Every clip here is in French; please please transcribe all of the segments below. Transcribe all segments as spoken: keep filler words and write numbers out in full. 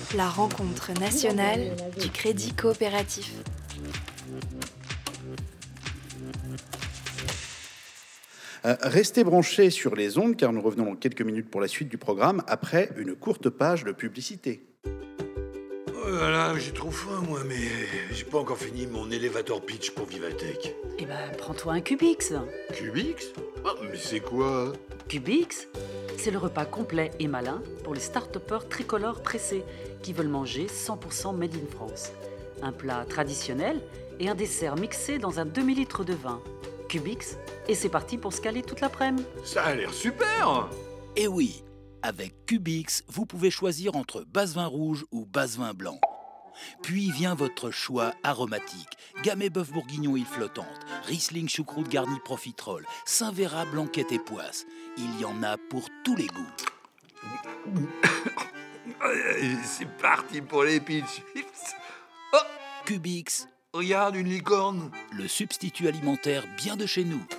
La rencontre nationale du crédit coopératif. Euh, restez branchés sur les ondes car nous revenons dans quelques minutes pour la suite du programme après une courte page de publicité. Oh là là, j'ai trop faim moi, mais j'ai pas encore fini mon elevator pitch pour Vivatech. Eh ben, prends-toi un Cubix. Cubix? Oh, mais c'est quoi? Cubix, c'est le repas complet et malin pour les start-upers tricolores pressés qui veulent manger cent pour cent made in France. Un plat traditionnel et un dessert mixé dans un demi-litre de vin. Cubix, et c'est parti pour se caler toute l'après-midi. Ça a l'air super! Et oui, avec Cubix, vous pouvez choisir entre base vin rouge ou base vin blanc. Puis vient votre choix aromatique. Gamay bœuf bourguignon île flottante, Riesling choucroute garni profiterole, Saint-Véra blanquette et poisse. Il y en a pour tous les goûts. C'est parti pour les pitchs. Oh, Cubix, regarde une licorne. le substitut alimentaire bien de chez nous.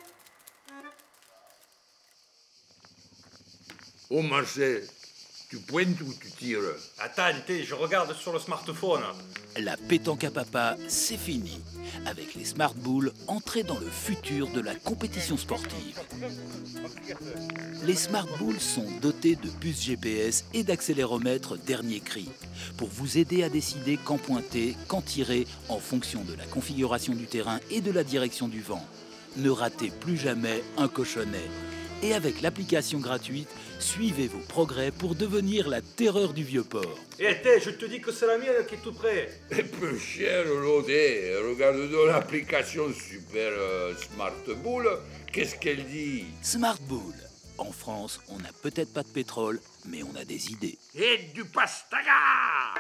Oh Marcel, tu pointes ou tu tires? Attends, je regarde sur le smartphone. La pétanque à papa, c'est fini. Avec les Smart Boules, entrez dans le futur de la compétition sportive. Les Smart Boules sont dotés de puces G P S et d'accéléromètres dernier cri pour vous aider à décider quand pointer, quand tirer en fonction de la configuration du terrain et de la direction du vent. Ne ratez plus jamais un cochonnet. Et avec l'application gratuite, suivez vos progrès pour devenir la terreur du Vieux-Port. Eh, t'es, je te dis que c'est la mienne qui est tout près. C'est peu cher l'autre. Regarde donc l'application super euh, Smart Bull. Qu'est-ce qu'elle dit? Smart Bull. En France, on n'a peut-être pas de pétrole, mais on a des idées. Et du pastaga!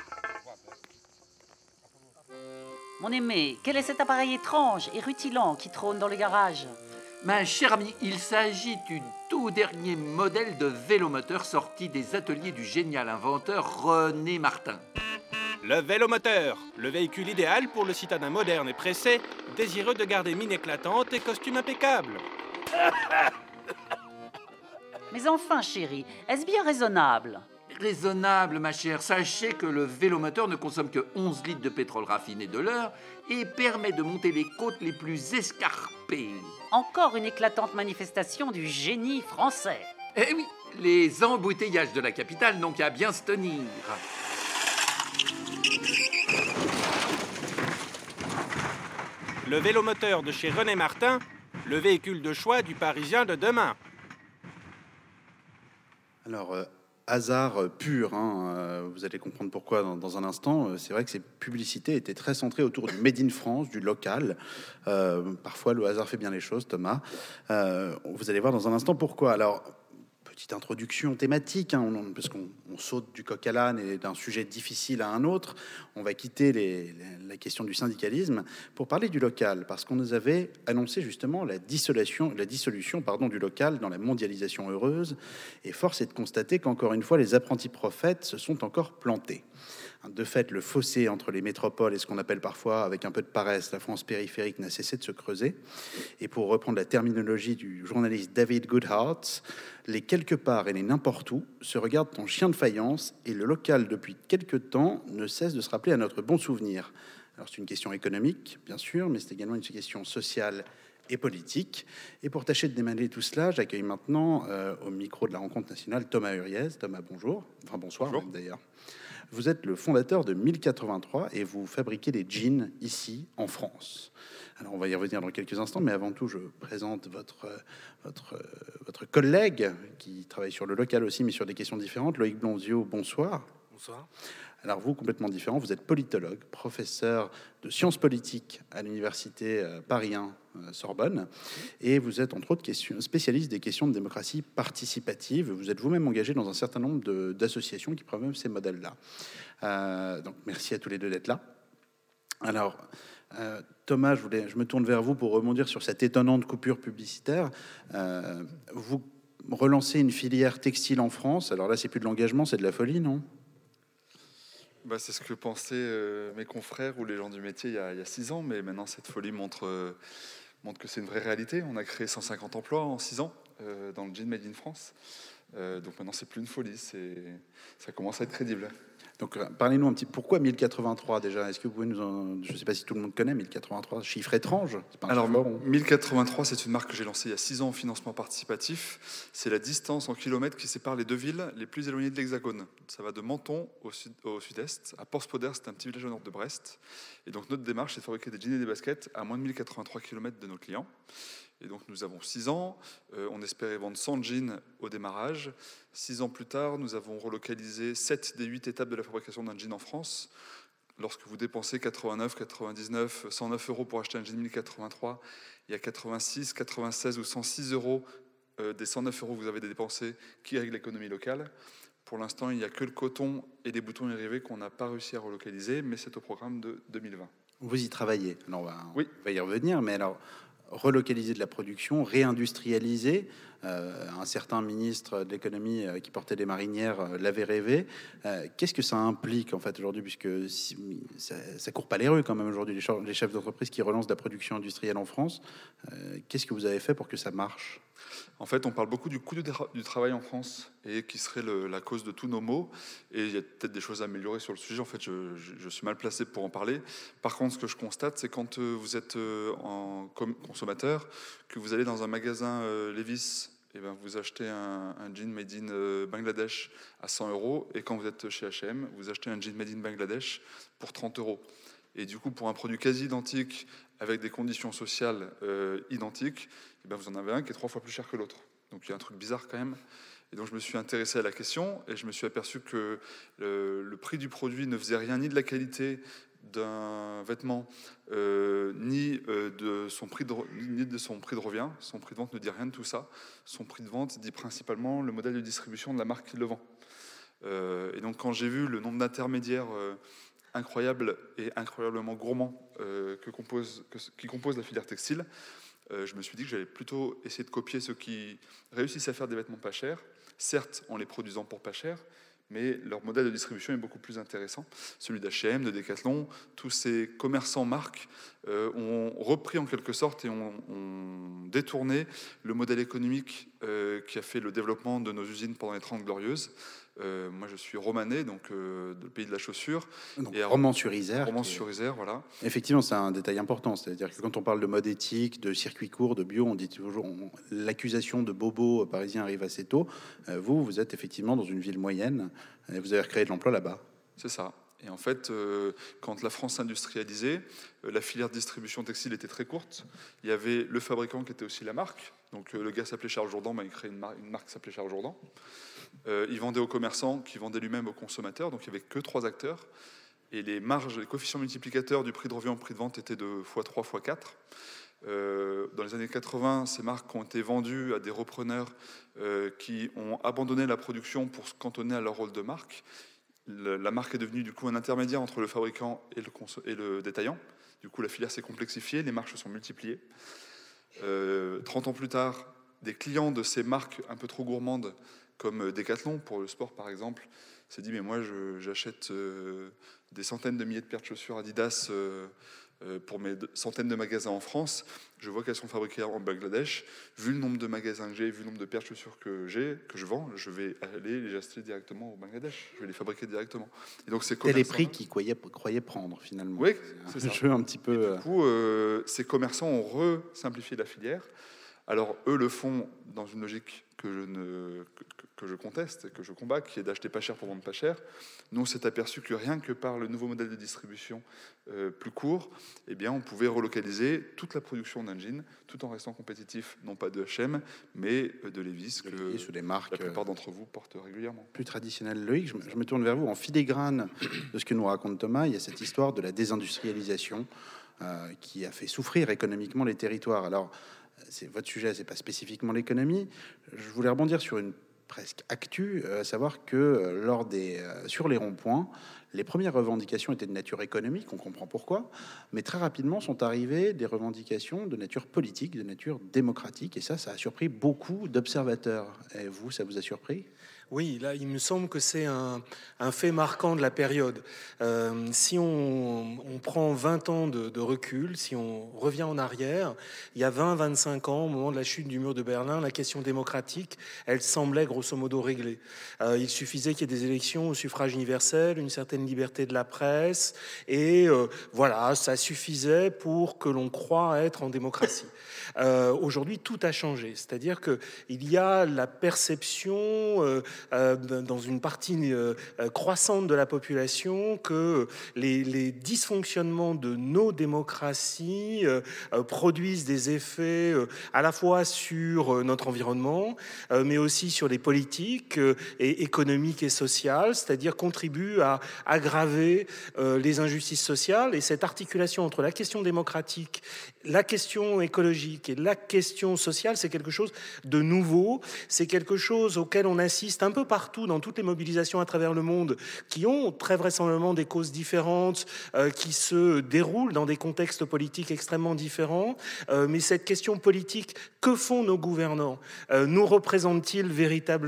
Mon aimé, quel est cet appareil étrange et rutilant qui trône dans le garage? Ma chère amie, il s'agit du tout dernier modèle de vélomoteur sorti des ateliers du génial inventeur René Martin. Le vélomoteur, le véhicule idéal pour le citadin moderne et pressé, désireux de garder mine éclatante et costume impeccable. Mais enfin, chérie, est-ce bien raisonnable? Raisonnable, ma chère. Sachez que le vélomoteur ne consomme que onze litres de pétrole raffiné de l'heure et permet de monter les côtes les plus escarpées. Encore une éclatante manifestation du génie français. Eh oui, les embouteillages de la capitale n'ont qu'à bien se tenir. Le vélomoteur de chez René Martin, le véhicule de choix du Parisien de demain. Alors, euh, hasard pur, hein, euh, vous allez comprendre pourquoi dans, dans un instant. Euh, c'est vrai que ces publicités étaient très centrées autour du Made in France, du local. Euh, parfois, le hasard fait bien les choses, Thomas. Euh, vous allez voir dans un instant pourquoi. Alors, petite introduction thématique, hein, on, parce qu'on on saute du coq à l'âne et d'un sujet difficile à un autre. On va quitter les, les, la question du syndicalisme pour parler du local, parce qu'on nous avait annoncé justement la dissolution, la dissolution pardon, du local dans la mondialisation heureuse. Et force est de constater qu'encore une fois, les apprentis prophètes se sont encore plantés. De fait, le fossé entre les métropoles et ce qu'on appelle parfois, avec un peu de paresse, la France périphérique n'a cessé de se creuser. Et pour reprendre la terminologie du journaliste David Goodhart, les quelque part et les n'importe où se regardent en chien de faïence et le local, depuis quelque temps, ne cesse de se rappeler à notre bon souvenir. Alors c'est une question économique, bien sûr, mais c'est également une question sociale et politique. Et pour tâcher de démêler tout cela, j'accueille maintenant euh, au micro de la rencontre nationale Thomas Huriez. Thomas, bonjour. Enfin, bonsoir, bonjour. Même, d'ailleurs. Vous êtes le fondateur de mille quatre-vingt-trois et vous fabriquez des jeans ici, en France. Alors, on va y revenir dans quelques instants, mais avant tout, je présente votre, votre, votre collègue qui travaille sur le local aussi, mais sur des questions différentes. Loïc Blondiot, bonsoir. Bonsoir. Alors, vous, complètement différent, vous êtes politologue, professeur de sciences politiques à l'université Paris un Sorbonne, et vous êtes, entre autres, question, spécialiste des questions de démocratie participative. Vous êtes vous-même engagé dans un certain nombre de, d'associations qui promeuvent ces modèles-là. Euh, donc, merci à tous les deux d'être là. Alors, euh, Thomas, je, voulais, je me tourne vers vous pour rebondir sur cette étonnante coupure publicitaire. Euh, vous relancez une filière textile en France. Alors là, c'est plus de l'engagement, c'est de la folie, non ? Bah, c'est ce que pensaient euh, mes confrères ou les gens du métier il y a, il y a six ans, mais maintenant cette folie montre, euh, montre que c'est une vraie réalité. On a créé cent cinquante emplois en six ans euh, dans le jean Made in France. Euh, donc maintenant, c'est plus une folie, c'est, ça commence à être crédible. Donc, euh, parlez-nous un petit peu, pourquoi mille quatre-vingt-trois déjà? Est-ce que vous pouvez nous en... Je ne sais pas si tout le monde connaît mille quatre-vingt-trois, chiffre étrange. C'est pas un Alors, chiffre rond. mille quatre-vingt-trois, c'est une marque que j'ai lancée il y a six ans en financement participatif. C'est la distance en kilomètres qui sépare les deux villes les plus éloignées de l'Hexagone. Ça va de Menton au, sud, au sud-est, à Port-Spoders, c'est un petit village au nord de Brest. Et donc, notre démarche, c'est de fabriquer des jeans et des baskets à moins de mille quatre-vingt-trois kilomètres de nos clients. Et donc, nous avons six ans. Euh, on espérait vendre cent jeans au démarrage. Six ans plus tard, nous avons relocalisé sept des huit étapes de la fabrication d'un jean en France. Lorsque vous dépensez quatre-vingt-neuf, quatre-vingt-dix-neuf, cent neuf euros pour acheter un jean mille quatre-vingt-trois, il y a quatre-vingt-six, quatre-vingt-seize ou cent six euros euh, des cent neuf euros que vous avez dépensés qui règlent l'économie locale. Pour l'instant, il n'y a que le coton et les boutons dérivés qu'on n'a pas réussi à relocaliser, mais c'est au programme de deux mille vingt. Vous y travaillez. Alors, on va, oui. on va y revenir, mais alors, relocaliser de la production, réindustrialiser. Euh, un certain ministre de l'économie euh, qui portait des marinières euh, l'avait rêvé. Euh, qu'est-ce que ça implique en fait aujourd'hui, puisque si, ça, ça court pas les rues quand même aujourd'hui, les, les chefs d'entreprise qui relancent de la production industrielle en France. Euh, qu'est-ce que vous avez fait pour que ça marche? En fait, on parle beaucoup du coût du, du travail en France et qui serait le, la cause de tous nos maux. Et il y a peut-être des choses à améliorer sur le sujet. En fait, je, je, je suis mal placé pour en parler. Par contre, ce que je constate, c'est quand euh, vous êtes euh, en consommateur, que vous allez dans un magasin euh, Levi's, et ben vous achetez un, un jean made in euh, Bangladesh à cent euros. Et quand vous êtes chez H et M, vous achetez un jean made in Bangladesh pour trente euros. Et du coup, pour un produit quasi identique, avec des conditions sociales euh, identiques, et ben vous en avez un qui est trois fois plus cher que l'autre. Donc il y a un truc bizarre quand même. Et donc je me suis intéressé à la question et je me suis aperçu que le, le prix du produit ne faisait rien ni de la qualité d'un vêtement, euh, ni, euh, de son prix de, ni de son prix de revient. Son prix de vente ne dit rien de tout ça. Son prix de vente dit principalement le modèle de distribution de la marque qui le vend. Euh, et donc quand j'ai vu le nombre d'intermédiaires euh, incroyable et incroyablement gourmand euh, que compose, que, qui compose la filière textile, euh, je me suis dit que j'allais plutôt essayer de copier ceux qui réussissent à faire des vêtements pas chers, certes en les produisant pour pas cher, mais leur modèle de distribution est beaucoup plus intéressant. Celui d'H et M, de Decathlon, tous ces commerçants marques euh, ont repris en quelque sorte et ont, ont détourné le modèle économique euh, qui a fait le développement de nos usines pendant les Trente Glorieuses. Euh, moi, je suis romanais, donc euh, du pays de la chaussure. Donc, et Romans-sur-Isère. Romans-sur-Isère, voilà. Effectivement, c'est un détail important. C'est-à-dire que quand on parle de mode éthique, de circuit court, de bio, on dit toujours on, l'accusation de bobo parisien arrive assez tôt. Euh, vous, vous êtes effectivement dans une ville moyenne et vous avez recréé de l'emploi là-bas. C'est ça. Et en fait, euh, quand la France s'industrialisait, euh, la filière de distribution textile était très courte. Il y avait le fabricant qui était aussi la marque. Donc euh, le gars s'appelait Charles Jourdan, bah, il créait une, mar- une marque qui s'appelait Charles Jourdan. Euh, il vendait aux commerçants, qui vendaient lui-même aux consommateurs. Donc il n'y avait que trois acteurs. Et les marges, les coefficients multiplicateurs du prix de revient au prix de vente étaient de fois trois, fois quatre. Euh, dans les années quatre-vingts, ces marques ont été vendues à des repreneurs euh, qui ont abandonné la production pour se cantonner à leur rôle de marque. Le, la marque est devenue du coup un intermédiaire entre le fabricant et le, conso- et le détaillant. Du coup, la filière s'est complexifiée, les marges se sont multipliées. Euh, trente ans plus tard, des clients de ces marques un peu trop gourmandes, comme Decathlon, pour le sport par exemple, s'est dit mais moi je, j'achète euh, des centaines de milliers de paires de chaussures Adidas euh, euh, pour mes de, centaines de magasins en France. Je vois qu'elles sont fabriquées en Bangladesh. Vu le nombre de magasins que j'ai, vu le nombre de paires de chaussures que j'ai, que je vends, je vais aller les acheter directement au Bangladesh. Je vais les fabriquer directement. Et donc c'est C'était les prix qu'ils croyaient, croyaient prendre finalement. Oui, c'est, c'est ça. Jeu un petit peu. Et du coup, euh, ces commerçants ont re-simplifié la filière. Alors eux le font dans une logique que je ne que, que je conteste et que je combats, qui est d'acheter pas cher pour vendre pas cher. Nous, on s'est aperçu que rien que par le nouveau modèle de distribution euh, plus court, eh bien, on pouvait relocaliser toute la production d'un jean, tout en restant compétitif, non pas de H et M, mais de Levi's, que Levi's ou des marques la plupart d'entre vous portent régulièrement. Plus traditionnel. Loïc, je me, je me tourne vers vous. En filigrane de ce que nous raconte Thomas, il y a cette histoire de la désindustrialisation euh, qui a fait souffrir économiquement les territoires. Alors, c'est votre sujet, c'est pas spécifiquement l'économie. Je voulais rebondir sur une presque actu, à savoir que lors des, euh, sur les ronds-points, Les premières revendications étaient de nature économique, on comprend pourquoi, mais très rapidement sont arrivées des revendications de nature politique, de nature démocratique, et ça, ça a surpris beaucoup d'observateurs. Et vous, ça vous a surpris ? Oui, là, il me semble que c'est un, un fait marquant de la période. Euh, si on, on prend vingt ans de, de recul, si on revient en arrière, il y a vingt à vingt-cinq ans, au moment de la chute du mur de Berlin, la question démocratique, elle semblait grosso modo réglée. Euh, il suffisait qu'il y ait des élections au suffrage universel, une certaine liberté de la presse, et euh, voilà, ça suffisait pour que l'on croie être en démocratie. Euh, aujourd'hui, tout a changé. C'est-à-dire qu'il y a la perception euh, euh, dans une partie euh, croissante de la population que les, les dysfonctionnements de nos démocraties euh, euh, produisent des effets euh, à la fois sur euh, notre environnement, euh, mais aussi sur les politiques euh, et économiques et sociales, c'est-à-dire contribuent à aggraver euh, les injustices sociales. Et cette articulation entre la question démocratique, la question écologique et la question sociale, c'est quelque chose de nouveau, c'est quelque chose auquel on assiste un peu partout dans toutes les mobilisations à travers le monde qui ont très vraisemblablement des causes différentes, euh, qui se déroulent dans des contextes politiques extrêmement différents. Euh, mais cette question politique, que font nos gouvernants ? euh, Nous représentent-ils véritablement ?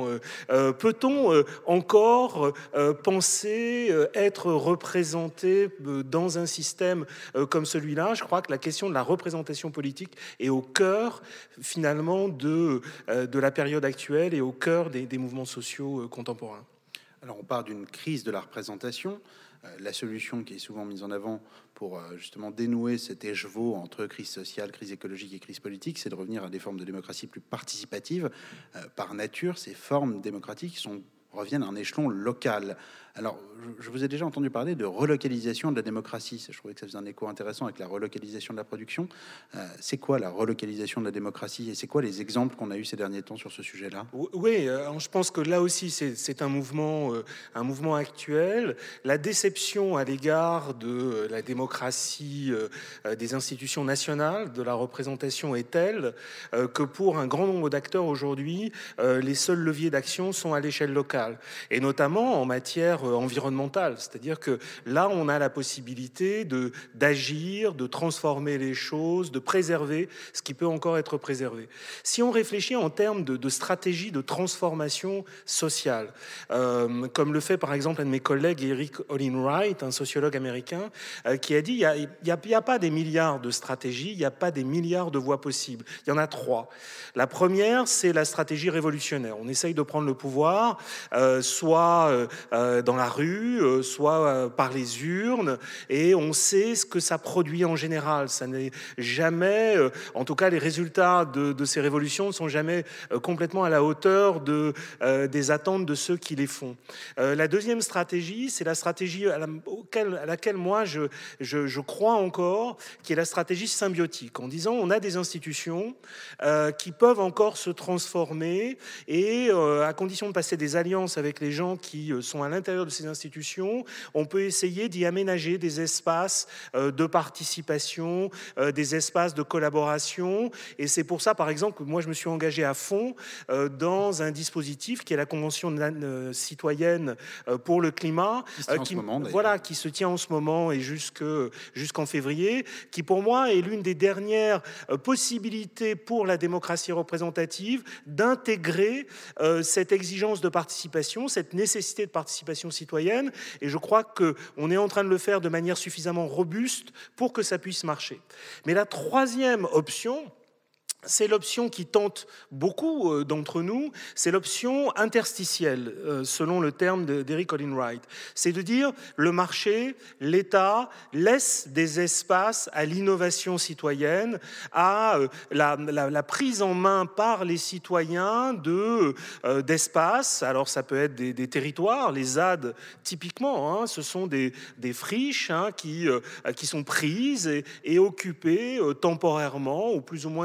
euh, euh, Peut-on euh, encore euh, penser euh, être représenté euh, dans un système euh, comme celui-là ? Je crois que la question de la représentation politique est au cœur finalement de, euh, de la période actuelle et au cœur des, des mouvements sociaux euh, contemporains. Alors on part d'une crise de la représentation. Euh, la solution qui est souvent mise en avant pour euh, justement dénouer cet écheveau entre crise sociale, crise écologique et crise politique, c'est de revenir à des formes de démocratie plus participatives. Euh, par nature, ces formes démocratiques sont, reviennent à un échelon local. Alors, je vous ai déjà entendu parler de relocalisation de la démocratie. Je trouvais que ça faisait un écho intéressant avec la relocalisation de la production. Euh, c'est quoi la relocalisation de la démocratie et c'est quoi les exemples qu'on a eu ces derniers temps sur ce sujet-là ? Oui, euh, je pense que là aussi, c'est, c'est un mouvement, euh, un mouvement actuel. La déception à l'égard de euh, la démocratie euh, des institutions nationales, de la représentation est telle euh, que pour un grand nombre d'acteurs aujourd'hui, euh, les seuls leviers d'action sont à l'échelle locale, et notamment en matière environnementale, c'est-à-dire que là on a la possibilité de d'agir, de transformer les choses, de préserver ce qui peut encore être préservé. Si on réfléchit en termes de, de stratégie de transformation sociale, euh, comme le fait par exemple un de mes collègues, Eric Olin Wright, un sociologue américain, euh, qui a dit il y a, il y a, il y a pas des milliards de stratégies, il n'y a pas des milliards de voies possibles. Il y en a trois. La première, c'est la stratégie révolutionnaire. On essaye de prendre le pouvoir, euh, soit euh, dans la rue, euh, soit euh, par les urnes, et on sait ce que ça produit en général. Ça n'est jamais, euh, en tout cas, les résultats de, de ces révolutions ne sont jamais euh, complètement à la hauteur de, euh, des attentes de ceux qui les font. Euh, la deuxième stratégie, c'est la stratégie à, la, auquel, à laquelle moi je, je, je crois encore, qui est la stratégie symbiotique, en disant on a des institutions euh, qui peuvent encore se transformer, et euh, à condition de passer des alliances avec les gens qui euh, sont à l'intérieur de ces institutions, on peut essayer d'y aménager des espaces euh, de participation, euh, des espaces de collaboration. Et c'est pour ça, par exemple, que moi, je me suis engagé à fond euh, dans un dispositif qui est la Convention euh, citoyenne euh, pour le climat, qui, euh, qui, moment, voilà, qui se tient en ce moment et jusque, jusqu'en février, qui pour moi est l'une des dernières euh, possibilités pour la démocratie représentative d'intégrer euh, cette exigence de participation, cette nécessité de participation citoyenne, et je crois qu'on est en train de le faire de manière suffisamment robuste pour que ça puisse marcher. Mais la troisième option, c'est l'option qui tente beaucoup d'entre nous, c'est l'option interstitielle, selon le terme d'Eric Olin Wright. C'est de dire le marché, l'État laisse des espaces à l'innovation citoyenne, à la, la, la prise en main par les citoyens de, euh, d'espaces. Alors ça peut être des, des territoires, les Z A D typiquement, hein, ce sont des, des friches hein, qui, euh, qui sont prises et, et occupées euh, temporairement ou plus ou moins définitivement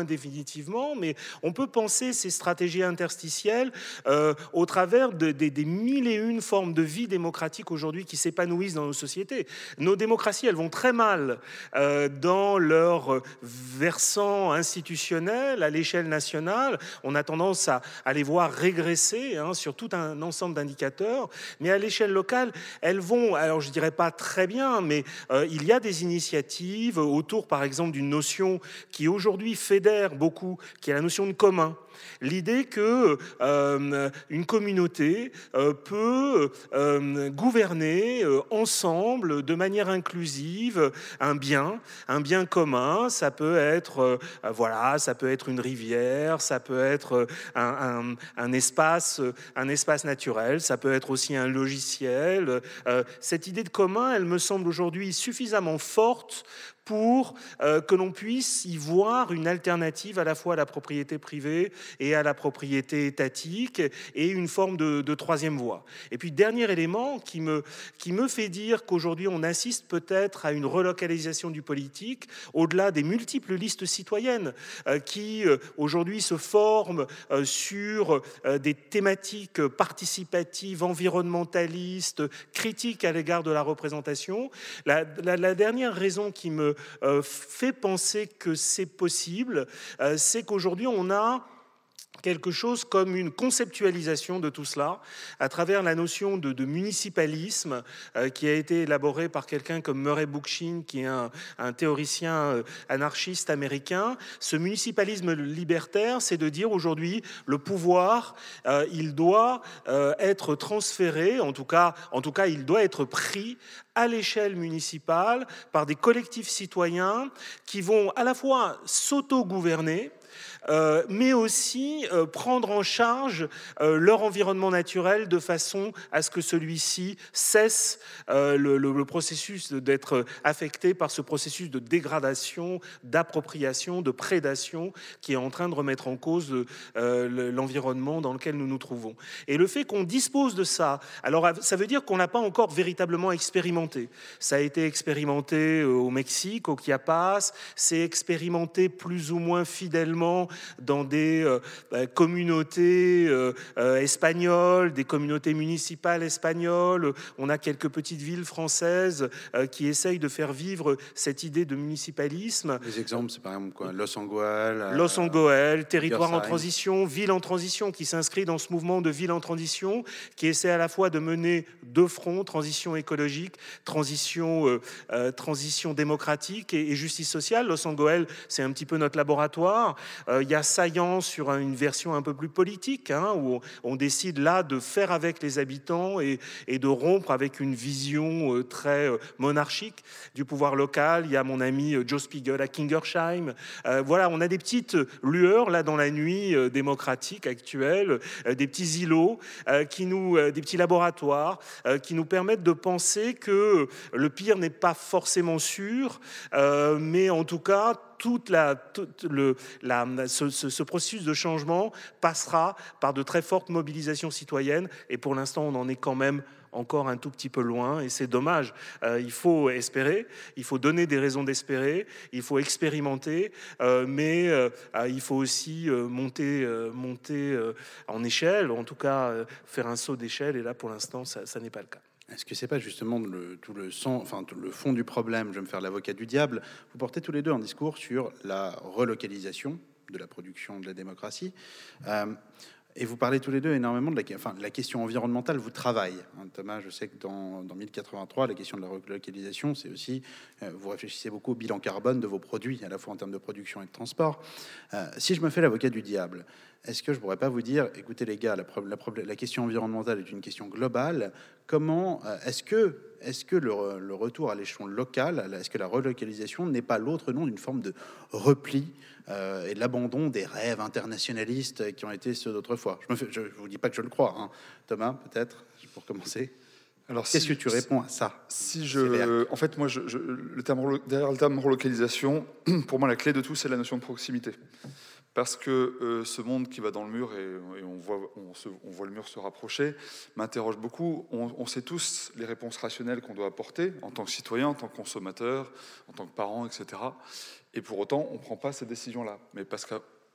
intuitivement, mais on peut penser ces stratégies interstitielles euh, au travers de, de, des mille et une formes de vie démocratique aujourd'hui qui s'épanouissent dans nos sociétés. Nos démocraties, elles vont très mal euh, dans leur versant institutionnel à l'échelle nationale. On a tendance à, à les voir régresser hein, sur tout un ensemble d'indicateurs, mais à l'échelle locale, elles vont, alors je dirais pas très bien, mais euh, il y a des initiatives autour, par exemple, d'une notion qui aujourd'hui fédère beaucoup, qui est la notion de commun. L'idée que euh, une communauté euh, peut euh, gouverner euh, ensemble de manière inclusive un bien, un bien commun. Ça peut être euh, voilà, ça peut être une rivière, ça peut être un, un, un espace, un espace naturel, ça peut être aussi un logiciel. Euh, cette idée de commun, elle me semble aujourd'hui suffisamment forte pour euh, que l'on puisse y voir une alternative à la fois à la propriété privée et à la propriété étatique et une forme de, de troisième voie. Et puis, dernier élément qui me, qui me fait dire qu'aujourd'hui, on assiste peut-être à une relocalisation du politique au-delà des multiples listes citoyennes euh, qui, euh, aujourd'hui, se forment euh, sur euh, des thématiques participatives, environnementalistes, critiques à l'égard de la représentation. La, la, la dernière raison qui me Euh, fait penser que c'est possible, euh, c'est qu'aujourd'hui on a quelque chose comme une conceptualisation de tout cela à travers la notion de, de municipalisme euh, qui a été élaborée par quelqu'un comme Murray Bookchin, qui est un, un théoricien euh, anarchiste américain. Ce municipalisme libertaire, c'est de dire aujourd'hui le pouvoir, euh, il doit euh, être transféré, en tout cas, en tout cas, il doit être pris à l'échelle municipale par des collectifs citoyens qui vont à la fois s'auto-gouverner, Euh, mais aussi euh, prendre en charge euh, leur environnement naturel de façon à ce que celui-ci cesse euh, le, le, le processus d'être affecté par ce processus de dégradation, d'appropriation, de prédation qui est en train de remettre en cause euh, l'environnement dans lequel nous nous trouvons. Et le fait qu'on dispose de ça, alors ça veut dire qu'on n'a pas encore véritablement expérimenté. Ça a été expérimenté au Mexique, au Chiapas, c'est expérimenté plus ou moins fidèlement dans des euh, communautés euh, euh, espagnoles, des communautés municipales espagnoles. On a quelques petites villes françaises euh, qui essayent de faire vivre cette idée de municipalisme. Les exemples, c'est par exemple quoi, Los Anguel, Los Anguel, euh, territoire en transition, ville en transition, qui s'inscrit dans ce mouvement de ville en transition, qui essaie à la fois de mener deux fronts, transition écologique, transition, euh, euh, transition démocratique et, et justice sociale. Los Anguel, c'est un petit peu notre laboratoire. Euh, il y a Saillant sur une version un peu plus politique, hein, où on, on décide là de faire avec les habitants et, et de rompre avec une vision euh, très euh, monarchique du pouvoir local. Il y a mon ami euh, Joe Spiegel à Kingersheim. Euh, voilà, on a des petites lueurs là dans la nuit euh, démocratique actuelle, euh, des petits îlots, euh, qui nous, euh, des petits laboratoires euh, qui nous permettent de penser que le pire n'est pas forcément sûr, euh, mais en tout cas, toute la, tout le, la, ce, ce, ce processus de changement passera par de très fortes mobilisations citoyennes. Et pour l'instant, on en est quand même encore un tout petit peu loin, et c'est dommage. Euh, il faut espérer, il faut donner des raisons d'espérer, il faut expérimenter, euh, mais euh, il faut aussi euh, monter, euh, monter euh, en échelle, en tout cas euh, faire un saut d'échelle, et là, pour l'instant, ça, ça n'est pas le cas. Est-ce que c'est pas justement le, tout le sens, enfin tout le fond du problème? Je vais me faire l'avocat du diable. Vous portez tous les deux un discours sur la relocalisation de la production de la démocratie, euh, et vous parlez tous les deux énormément de la, enfin, la question environnementale. Vous travaillez, hein, Thomas. Je sais que dans, dans mille quatre-vingt-trois, la question de la relocalisation, c'est aussi euh, vous réfléchissez beaucoup au bilan carbone de vos produits, à la fois en termes de production et de transport. Euh, si je me fais l'avocat du diable, est-ce que je ne pourrais pas vous dire, écoutez les gars, la, la, la question environnementale est une question globale. Comment euh, est-ce que, est-ce que le, le retour à l'échelon local, est-ce que la relocalisation n'est pas l'autre nom d'une forme de repli euh, et de l'abandon des rêves internationalistes qui ont été ceux d'autrefois? Je ne vous dis pas que je le crois, hein. Thomas, peut-être, pour commencer. Alors, qu'est-ce si, que tu réponds à ça? Si je, en fait, moi, je, je, le terme, derrière le terme relocalisation, pour moi, la clé de tout, c'est la notion de proximité. Parce que euh, ce monde qui va dans le mur, et, et on, voit, on, se, on voit le mur se rapprocher, m'interroge beaucoup. On, on sait tous les réponses rationnelles qu'on doit apporter en tant que citoyen, en tant que consommateur, en tant que parent, et cetera. Et pour autant, on ne prend pas ces décisions-là. Mais parce que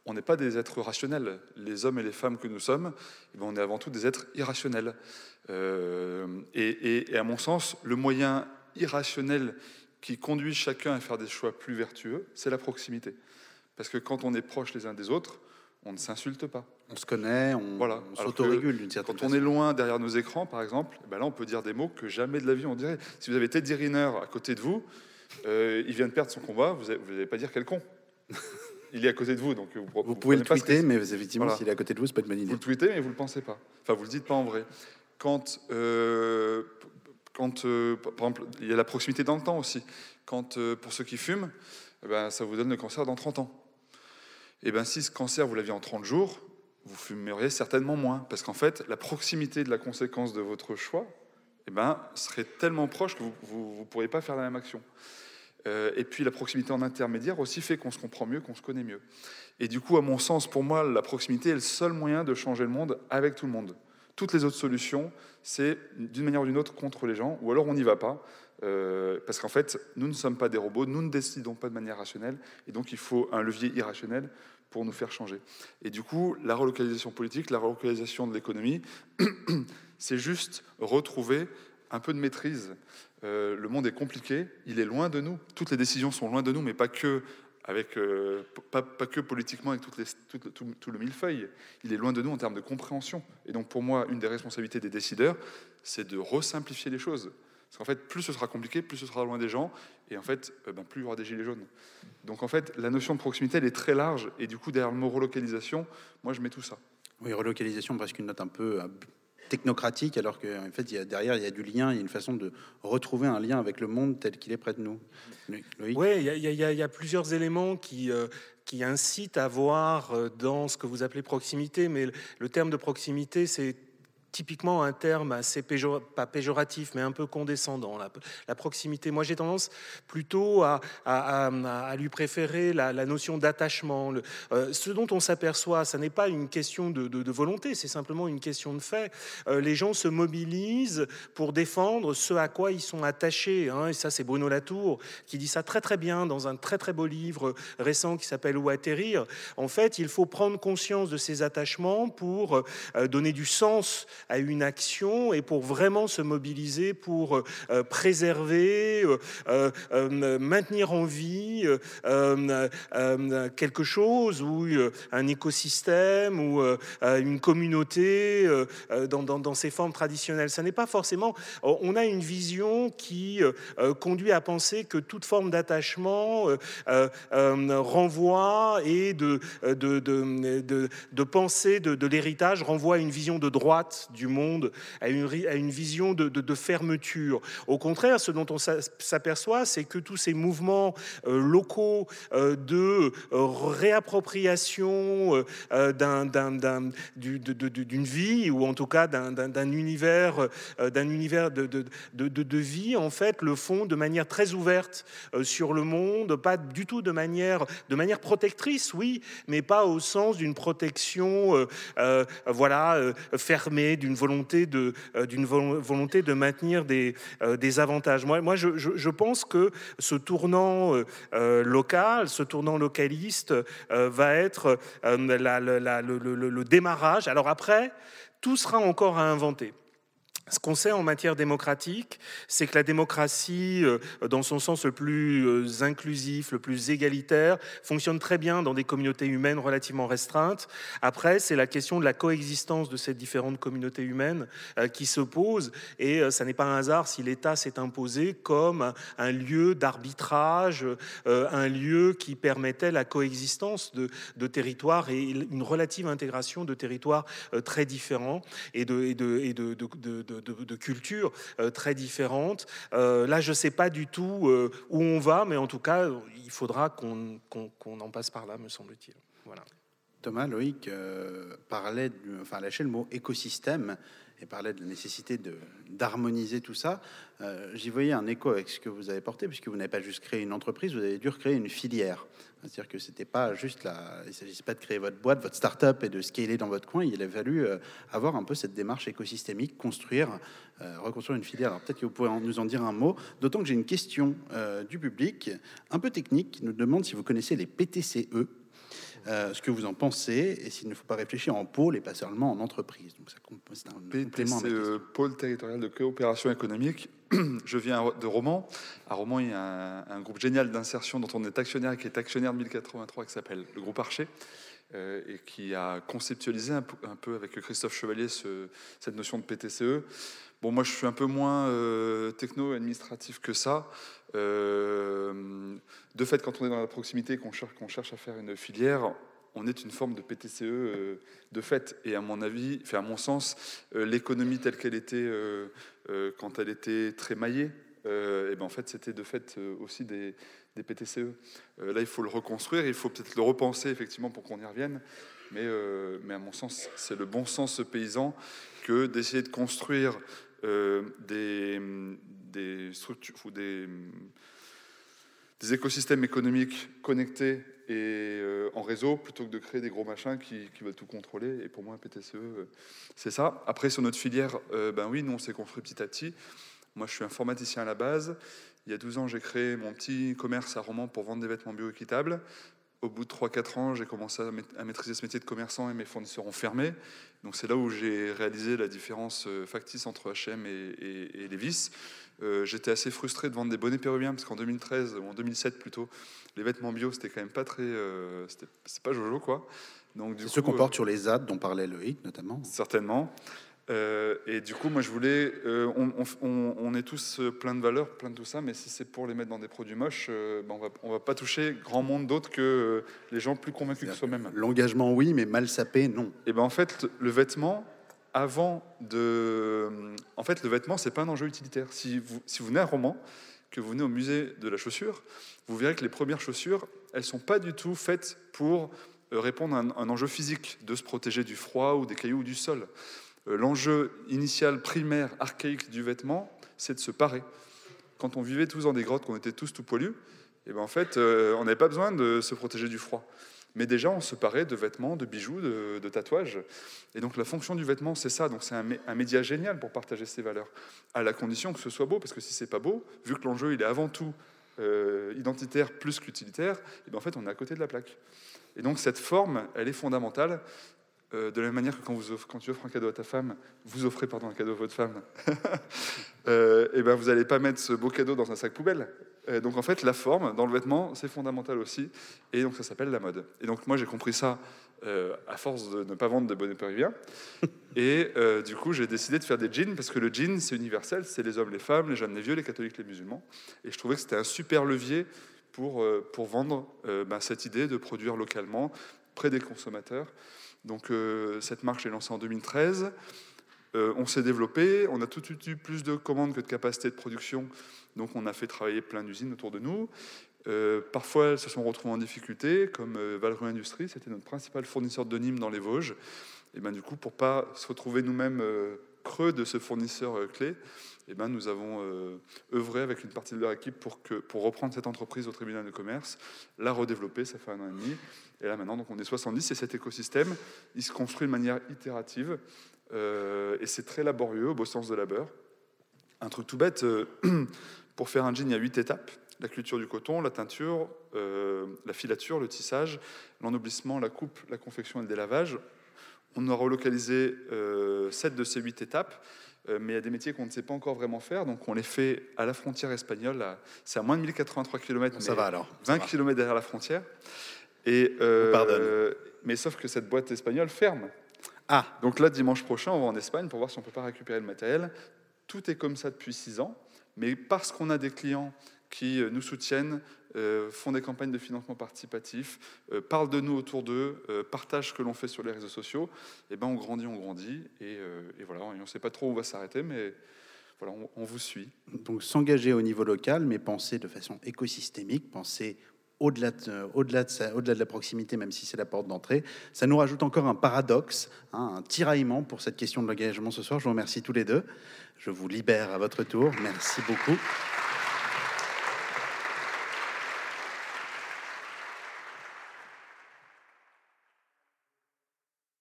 on n'est pas des êtres rationnels. Les hommes et les femmes que nous sommes, eh bien, on est avant tout des êtres irrationnels. Euh, et, et, et à mon sens, le moyen irrationnel qui conduit chacun à faire des choix plus vertueux, c'est la proximité. Parce que quand on est proches les uns des autres, on ne s'insulte pas. On se connaît, on, voilà. on s'autorégule d'une certaine façon. Quand façon. on est loin derrière nos écrans, par exemple, ben là, on peut dire des mots que jamais de la vie on dirait. Si vous avez Teddy Riner à côté de vous, euh, il vient de perdre son combat, vous n'allez pas dire quel con. Il est à côté de vous, donc vous, vous, vous pouvez le tweeter, que... mais effectivement, voilà. s'il est à côté de vous, c'est pas une bonne idée. Vous le tweetez, mais vous le pensez pas. Enfin, vous le dites pas en vrai. Quand, euh, quand euh, par exemple, il y a la proximité dans le temps aussi. Quand, euh, pour ceux qui fument, eh ben, ça vous donne le cancer dans trente ans. Et ben, si ce cancer vous l'aviez en trente jours, vous fumeriez certainement moins, parce qu'en fait, la proximité de la conséquence de votre choix, eh ben, serait tellement proche que vous ne pourriez pas faire la même action. Euh, et puis la proximité en intermédiaire aussi fait qu'on se comprend mieux, qu'on se connaît mieux. Et du coup, à mon sens, pour moi, la proximité est le seul moyen de changer le monde avec tout le monde. Toutes les autres solutions, c'est d'une manière ou d'une autre contre les gens, ou alors on n'y va pas, euh, parce qu'en fait, nous ne sommes pas des robots, nous ne décidons pas de manière rationnelle, et donc il faut un levier irrationnel pour nous faire changer. Et du coup, la relocalisation politique, la relocalisation de l'économie, c'est juste retrouver un peu de maîtrise. Euh, le monde est compliqué, il est loin de nous, toutes les décisions sont loin de nous, mais pas que, avec, euh, pas, pas que politiquement avec toutes les, tout, tout, tout le millefeuille. Il est loin de nous en termes de compréhension. Et donc pour moi, une des responsabilités des décideurs, c'est de resimplifier les choses. Parce qu'en fait, plus ce sera compliqué, plus ce sera loin des gens, et en fait, euh, ben, plus il y aura des gilets jaunes. Donc en fait, la notion de proximité, elle est très large, et du coup, derrière le mot relocalisation, moi je mets tout ça. Oui, relocalisation, presque une note un peu technocratique, alors qu'en fait, il y a, derrière, il y a du lien, il y a une façon de retrouver un lien avec le monde tel qu'il est près de nous. Oui, il y, y, y, y a plusieurs éléments qui, euh, qui incitent à voir dans ce que vous appelez proximité, mais le, le terme de proximité, c'est typiquement un terme assez péjor, pas péjoratif, mais un peu condescendant, la, la proximité. Moi, j'ai tendance plutôt à, à, à, à lui préférer la, la notion d'attachement. Le, euh, ce dont on s'aperçoit, ça n'est pas une question de, de, de volonté, c'est simplement une question de fait. Euh, les gens se mobilisent pour défendre ce à quoi ils sont attachés. Hein, et ça, c'est Bruno Latour qui dit ça très très bien dans un très très beau livre récent qui s'appelle « Où atterrir ». En fait, il faut prendre conscience de ces attachements pour euh, donner du sens à une action et pour vraiment se mobiliser pour euh, préserver, euh, euh, maintenir en vie euh, euh, quelque chose ou euh, un écosystème ou euh, une communauté euh, dans, dans, dans ses formes traditionnelles. Ça n'est pas forcément... On a une vision qui euh, conduit à penser que toute forme d'attachement euh, euh, renvoie et de, de, de, de, de pensée de, de l'héritage renvoie à une vision de droite du monde, à une, à une vision de, de, de fermeture. Au contraire, ce dont on s'aperçoit, c'est que tous ces mouvements euh, locaux euh, de euh, réappropriation euh, d'un, d'un, d'un, du, de, de, d'une vie, ou en tout cas d'un, d'un, d'un univers, euh, d'un univers de, de, de, de vie, en fait, le font de manière très ouverte euh, sur le monde, pas du tout de manière, de manière protectrice, oui, mais pas au sens d'une protection euh, euh, voilà, euh, fermée, d'une volonté de, euh, d'une volonté de maintenir des, euh, des avantages. Moi, moi je, je, je pense que ce tournant euh, local, ce tournant localiste euh, va être euh, la, la, la, le, le, le démarrage. Alors après, tout sera encore à inventer. Ce qu'on sait en matière démocratique, c'est que la démocratie, dans son sens le plus inclusif, le plus égalitaire, fonctionne très bien dans des communautés humaines relativement restreintes. Après, c'est la question de la coexistence de ces différentes communautés humaines qui se pose, et ça n'est pas un hasard si l'État s'est imposé comme un lieu d'arbitrage, un lieu qui permettait la coexistence de, de territoires et une relative intégration de territoires très différents et de, et de, et de, de, de, de De, de cultures euh, très différentes. Euh, là, je ne sais pas du tout euh, où on va, mais en tout cas, il faudra qu'on, qu'on, qu'on en passe par là, me semble-t-il. Voilà. Thomas, Loïc euh, parlait, du, enfin, lâchait le mot écosystème et parlait de la nécessité de, d'harmoniser tout ça. Euh, j'y voyais un écho avec ce que vous avez porté, puisque vous n'avez pas juste créé une entreprise, vous avez dû recréer une filière. C'est-à-dire que c'était pas juste la, il ne s'agissait pas de créer votre boîte, votre start-up et de scaler dans votre coin. Il a fallu euh, avoir un peu cette démarche écosystémique, construire, euh, reconstruire une filière. Alors peut-être que vous pourrez nous en dire un mot. D'autant que j'ai une question euh, du public, un peu technique, qui nous demande si vous connaissez les P T C E. euh, ce que vous en pensez et s'il ne faut pas réfléchir en pôle et pas seulement en entreprise. Donc ça, c'est un complément. P T C E, pôle territorial de coopération économique. Je viens de Romans. À Romans, il y a un, un groupe génial d'insertion dont on est actionnaire, qui est actionnaire de mille quatre-vingt-trois, qui s'appelle le groupe Archer, euh, et qui a conceptualisé un peu, un peu avec Christophe Chevalier ce, cette notion de P T C E. Bon, moi, je suis un peu moins euh, techno-administratif que ça. Euh, de fait, quand on est dans la proximité, qu'on cherche, qu'on cherche à faire une filière, on est une forme de P T C E euh, de fait. Et à mon avis, enfin, à mon sens, euh, l'économie telle qu'elle était euh, euh, quand elle était très maillée, euh, et ben en fait, c'était de fait euh, aussi des, des P T C E. Euh, là, il faut le reconstruire, il faut peut-être le repenser effectivement pour qu'on y revienne. Mais, euh, mais à mon sens, c'est le bon sens paysan que d'essayer de construire euh, des, des structures ou des, des écosystèmes économiques connectés et euh, en réseau, plutôt que de créer des gros machins qui, qui veulent tout contrôler. Et pour moi, un P T C E, euh, c'est ça. Après, sur notre filière, euh, ben oui, nous, on s'est construit petit à petit. Moi, je suis informaticien à la base. Il y a douze ans, j'ai créé mon petit commerce à Romans pour vendre des vêtements bioéquitables. Au bout de trois quatre ans, j'ai commencé à maîtriser ce métier de commerçant et mes fournisseurs ont fermé. Donc c'est là où j'ai réalisé la différence factice entre H et M et, et, et Levi's. Euh, j'étais assez frustré de vendre des bonnets péruviens parce qu'en deux mille treize, ou en deux mille sept plutôt, les vêtements bio, c'était quand même pas très... Euh, c'était, c'est pas jojo, quoi. Donc, du c'est coup, ceux qu'on euh, porte sur les A D dont parlait Loïc, notamment. Certainement. Euh, et du coup, moi, je voulais... Euh, on, on, on est tous plein de valeurs, plein de tout ça, mais si c'est pour les mettre dans des produits moches, euh, ben on va, on va pas toucher grand monde d'autre que euh, les gens plus convaincus que soi-même. L'engagement, oui, mais mal sapé, non. Et ben en fait, le vêtement, avant de... En fait, le vêtement, c'est pas un enjeu utilitaire. Si vous, si vous venez à Romans, que vous venez au musée de la chaussure, vous verrez que les premières chaussures, elles sont pas du tout faites pour répondre à un, un enjeu physique, de se protéger du froid ou des cailloux ou du sol. L'enjeu initial, primaire, archaïque du vêtement, c'est de se parer. Quand on vivait tous dans des grottes, qu'on était tous tout poilus, et ben en fait, euh, on n'avait pas besoin de se protéger du froid. Mais déjà, on se parait de vêtements, de bijoux, de, de tatouages. Et donc, la fonction du vêtement, c'est ça. Donc, c'est un, un média génial pour partager ses valeurs, à la condition que ce soit beau. Parce que si c'est pas beau, vu que l'enjeu, il est avant tout euh, identitaire plus qu'utilitaire, et ben en fait, on est à côté de la plaque. Et donc, cette forme, elle est fondamentale. Euh, de la même manière que quand, vous offre, quand tu offres un cadeau à ta femme, vous offrez pardon, un cadeau à votre femme, euh, et ben vous n'allez pas mettre ce beau cadeau dans un sac poubelle. Euh, donc en fait, la forme dans le vêtement, c'est fondamental aussi, et donc ça s'appelle la mode. Et donc moi, j'ai compris ça euh, à force de ne pas vendre de bonnets péruviens, et euh, du coup, j'ai décidé de faire des jeans, parce que le jean, c'est universel, c'est les hommes, les femmes, les jeunes, les vieux, les catholiques, les musulmans, et je trouvais que c'était un super levier pour, euh, pour vendre euh, ben, cette idée de produire localement, près des consommateurs. Donc euh, cette marche est lancée en deux mille treize. Euh, on s'est développé, on a tout de suite eu plus de commandes que de capacité de production. Donc on a fait travailler plein d'usines autour de nous. Euh, parfois, elles se sont retrouvées en difficulté, comme euh, Valrue Industrie, c'était notre principal fournisseur de Nîmes dans les Vosges. Et ben du coup, pour pas se retrouver nous-mêmes euh, creux de ce fournisseur euh, clé, et ben nous avons euh, œuvré avec une partie de leur équipe pour que pour reprendre cette entreprise au tribunal de commerce, la redévelopper. Ça fait un an et demi. Et là maintenant, donc on est soixante-dix, et cet écosystème, il se construit de manière itérative, euh, et c'est très laborieux, au beau sens de labeur. Un truc tout bête, euh, pour faire un jean, il y a huit étapes. La culture du coton, la teinture, euh, la filature, le tissage, l'ennoblissement, la coupe, la confection et le délavage. On a relocalisé euh, sept de ces huit étapes, euh, mais il y a des métiers qu'on ne sait pas encore vraiment faire, donc on les fait à la frontière espagnole. À, c'est à moins de mille quatre-vingt-trois kilomètres, ça va alors. vingt kilomètres derrière la frontière. Et, euh, mais sauf que cette boîte espagnole ferme. Ah. Donc là, dimanche prochain, on va en Espagne pour voir si on peut pas récupérer le matériel. Tout est comme ça depuis six ans, mais parce qu'on a des clients qui nous soutiennent, euh, font des campagnes de financement participatif, euh, parlent de nous autour d'eux, euh, partagent ce que l'on fait sur les réseaux sociaux, et ben on grandit, on grandit, et, euh, et voilà, on ne sait pas trop où on va s'arrêter, mais voilà, on, on vous suit. Donc s'engager au niveau local, mais penser de façon écosystémique, penser au-delà de, au-delà de, ça, au-delà de la proximité, même si c'est la porte d'entrée. Ça nous rajoute encore un paradoxe, hein, un tiraillement pour cette question de l'engagement ce soir. Je vous remercie tous les deux. Je vous libère à votre tour. Merci beaucoup.